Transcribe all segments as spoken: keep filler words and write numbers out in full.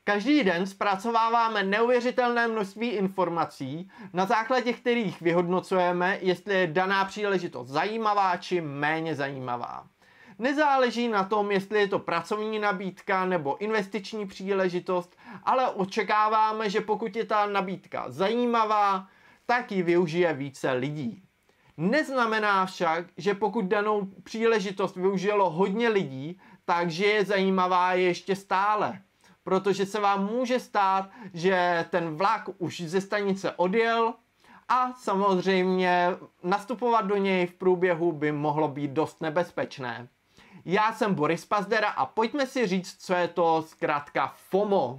Každý den zpracováváme neuvěřitelné množství informací, na základě kterých vyhodnocujeme, jestli je daná příležitost zajímavá či méně zajímavá. Nezáleží na tom, jestli je to pracovní nabídka nebo investiční příležitost, ale očekáváme, že pokud je ta nabídka zajímavá, tak ji využije více lidí. Neznamená však, že pokud danou příležitost využilo hodně lidí, takže je zajímavá ještě stále. Protože se vám může stát, že ten vlak už ze stanice odjel a samozřejmě nastupovat do něj v průběhu by mohlo být dost nebezpečné. Já jsem Boris Pazdera a pojďme si říct, co je to zkrátka FOMO.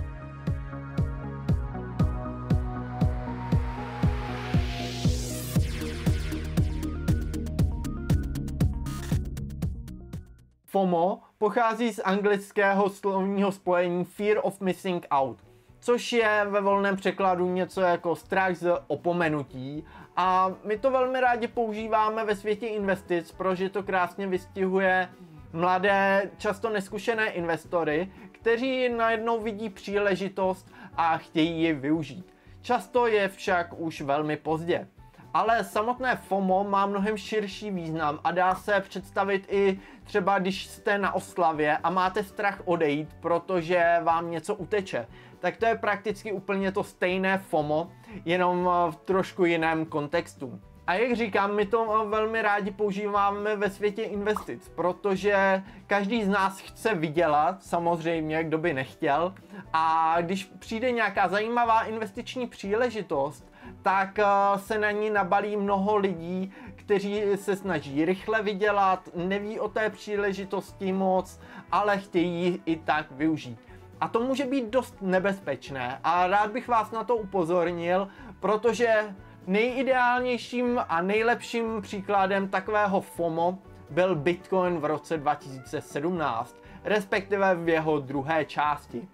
FOMO pochází z anglického slovního spojení Fear of Missing Out, což je ve volném překladu něco jako strach z opomenutí, a my to velmi rádi používáme ve světě investic, protože to krásně vystihuje mladé, často neskušené investory, kteří najednou vidí příležitost a chtějí ji využít. Často je však už velmi pozdě. Ale samotné FOMO má mnohem širší význam a dá se představit i třeba, když jste na oslavě a máte strach odejít, protože vám něco uteče. Tak to je prakticky úplně to stejné FOMO, jenom v trošku jiném kontextu. A jak říkám, my to velmi rádi používáme ve světě investic, protože každý z nás chce vydělat, samozřejmě, kdo by nechtěl. A když přijde nějaká zajímavá investiční příležitost, tak se na ní nabalí mnoho lidí, kteří se snaží rychle vydělat, neví o té příležitosti moc, ale chtějí ji i tak využít. A to může být dost nebezpečné a rád bych vás na to upozornil, protože nejideálnějším a nejlepším příkladem takového FOMO byl Bitcoin v roce dva tisíce sedmnáct, respektive v jeho druhé části,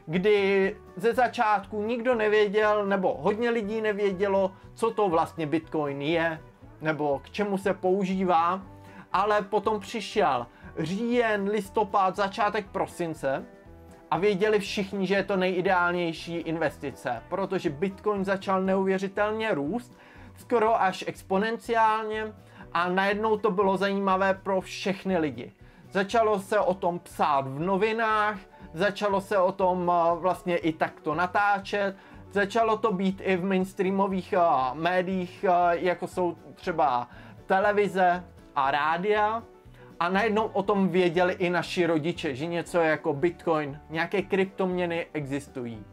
kdy ze začátku nikdo nevěděl, nebo hodně lidí nevědělo, co to vlastně Bitcoin je, nebo k čemu se používá, ale potom přišel říjen, listopad, začátek prosince a věděli všichni, že je to nejideálnější investice, protože Bitcoin začal neuvěřitelně růst, skoro až exponenciálně, a najednou to bylo zajímavé pro všechny lidi. Začalo se o tom psát v novinách, začalo se o tom vlastně i takto natáčet, začalo to být i v mainstreamových uh, médiích, uh, jako jsou třeba televize a rádia. A najednou o tom věděli i naši rodiče, že něco jako Bitcoin, nějaké kryptoměny existují.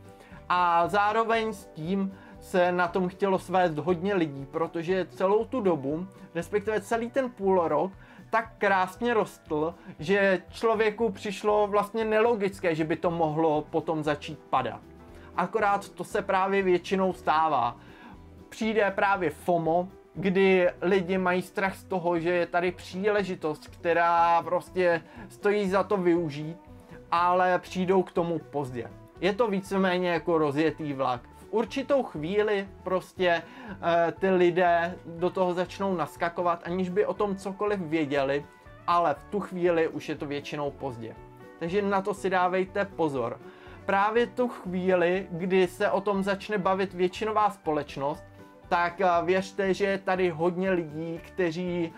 A zároveň s tím se na tom chtělo svést hodně lidí, protože celou tu dobu, respektive celý ten půl rok, tak krásně rostl, že člověku přišlo vlastně nelogické, že by to mohlo potom začít padat. Akorát to se právě většinou stává. Přijde právě FOMO, kdy lidi mají strach z toho, že je tady příležitost, která prostě stojí za to využít, ale přijdou k tomu pozdě. Je to víceméně jako rozjetý vlak. V určitou chvíli prostě e, ty lidé do toho začnou naskakovat, aniž by o tom cokoliv věděli, ale v tu chvíli už je to většinou pozdě. Takže na to si dávejte pozor. Právě tu chvíli, kdy se o tom začne bavit většinová společnost, tak věřte, že je tady hodně lidí, kteří,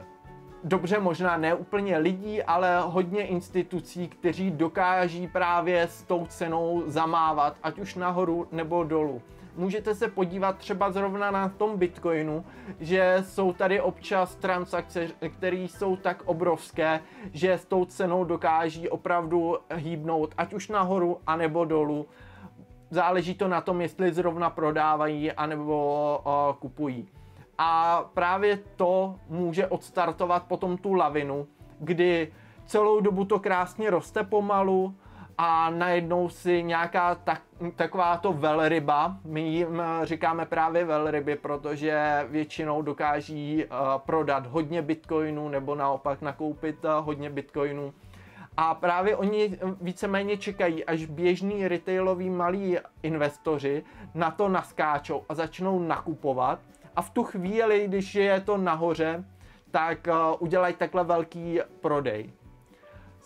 dobře možná ne úplně lidí, ale hodně institucí, kteří dokáží právě s tou cenou zamávat, ať už nahoru nebo dolů. Můžete se podívat třeba zrovna na tom Bitcoinu, že jsou tady občas transakce, které jsou tak obrovské, že s tou cenou dokáží opravdu hýbnout, ať už nahoru anebo dolů. Záleží to na tom, jestli zrovna prodávají anebo uh, kupují. A právě to může odstartovat potom tu lavinu, kdy celou dobu to krásně roste pomalu a najednou si nějaká tak, takováto velryba, my jim říkáme právě velryby, protože většinou dokáží uh, prodat hodně bitcoinů nebo naopak nakoupit uh, hodně bitcoinů. A právě oni víceméně čekají, až běžní retailoví malí investoři na to naskáčou a začnou nakupovat. A v tu chvíli, když je to nahoře, tak uh, udělají takhle velký prodej.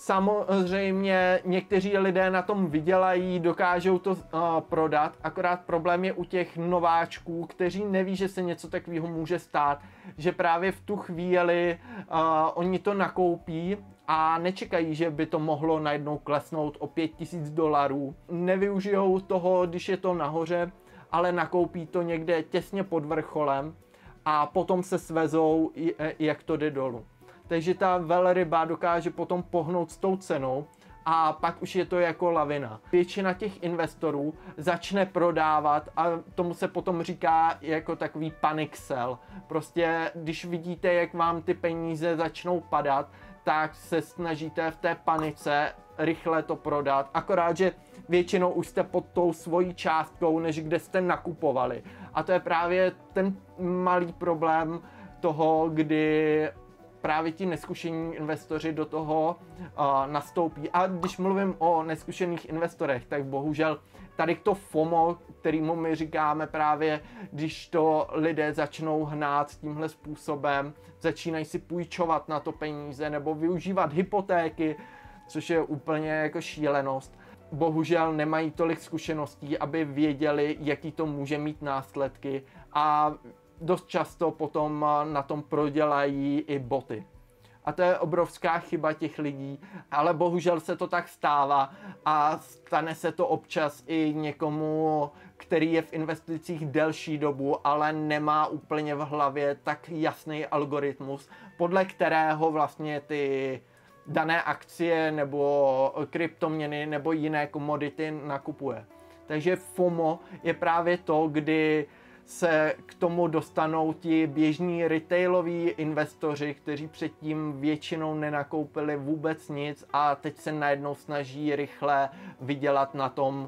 Samozřejmě někteří lidé na tom vydělají, dokážou to uh, prodat, akorát problém je u těch nováčků, kteří neví, že se něco takového může stát, že právě v tu chvíli uh, oni to nakoupí a nečekají, že by to mohlo najednou klesnout o pět tisíc dolarů. Nevyužijou toho, když je to nahoře, ale nakoupí to někde těsně pod vrcholem a potom se svezou, jak to jde dolů. Takže ta velryba dokáže potom pohnout s tou cenou a pak už je to jako lavina. Většina těch investorů začne prodávat a tomu se potom říká jako takový panic sell. Prostě když vidíte, jak vám ty peníze začnou padat, tak se snažíte v té panice rychle to prodat. Akorát, že většinou už jste pod tou svojí částkou, než kde jste nakupovali. A to je právě ten malý problém toho, kdy právě ti neskušení investoři do toho uh, nastoupí. A když mluvím o neskušených investorech, tak bohužel tady to FOMO, kterýmu my říkáme právě, když to lidé začnou hnát tímhle způsobem, začínají si půjčovat na to peníze nebo využívat hypotéky, což je úplně jako šílenost. Bohužel nemají tolik zkušeností, aby věděli, jaký to může mít následky a dost často potom na tom prodělají i boty. A to je obrovská chyba těch lidí, ale bohužel se to tak stává a stane se to občas i někomu, který je v investicích delší dobu, ale nemá úplně v hlavě tak jasný algoritmus, podle kterého vlastně ty dané akcie nebo kryptoměny nebo jiné komodity nakupuje. Takže FOMO je právě to, kdy se k tomu dostanou ti běžní retailoví investoři, kteří předtím většinou nenakoupili vůbec nic a teď se najednou snaží rychle vydělat na tom,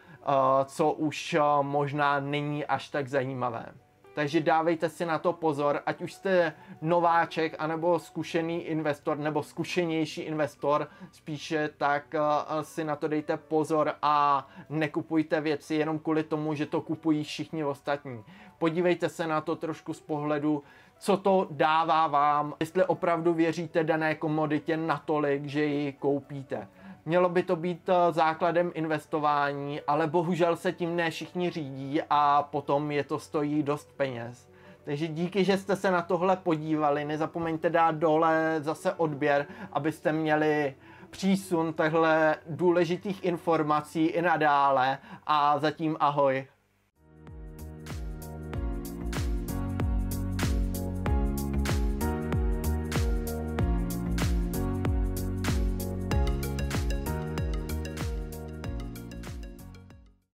co už možná není až tak zajímavé. Takže dávejte si na to pozor, ať už jste nováček, anebo zkušený investor, nebo zkušenější investor spíše, tak si na to dejte pozor a nekupujte věci jenom kvůli tomu, že to kupují všichni ostatní. Podívejte se na to trošku z pohledu, co to dává vám, jestli opravdu věříte dané komoditě natolik, že ji koupíte. Mělo by to být základem investování, ale bohužel se tím ne všichni řídí a potom je to stojí dost peněz. Takže díky, že jste se na tohle podívali, nezapomeňte dát dole zase odběr, abyste měli přísun těchto důležitých informací i nadále a zatím ahoj.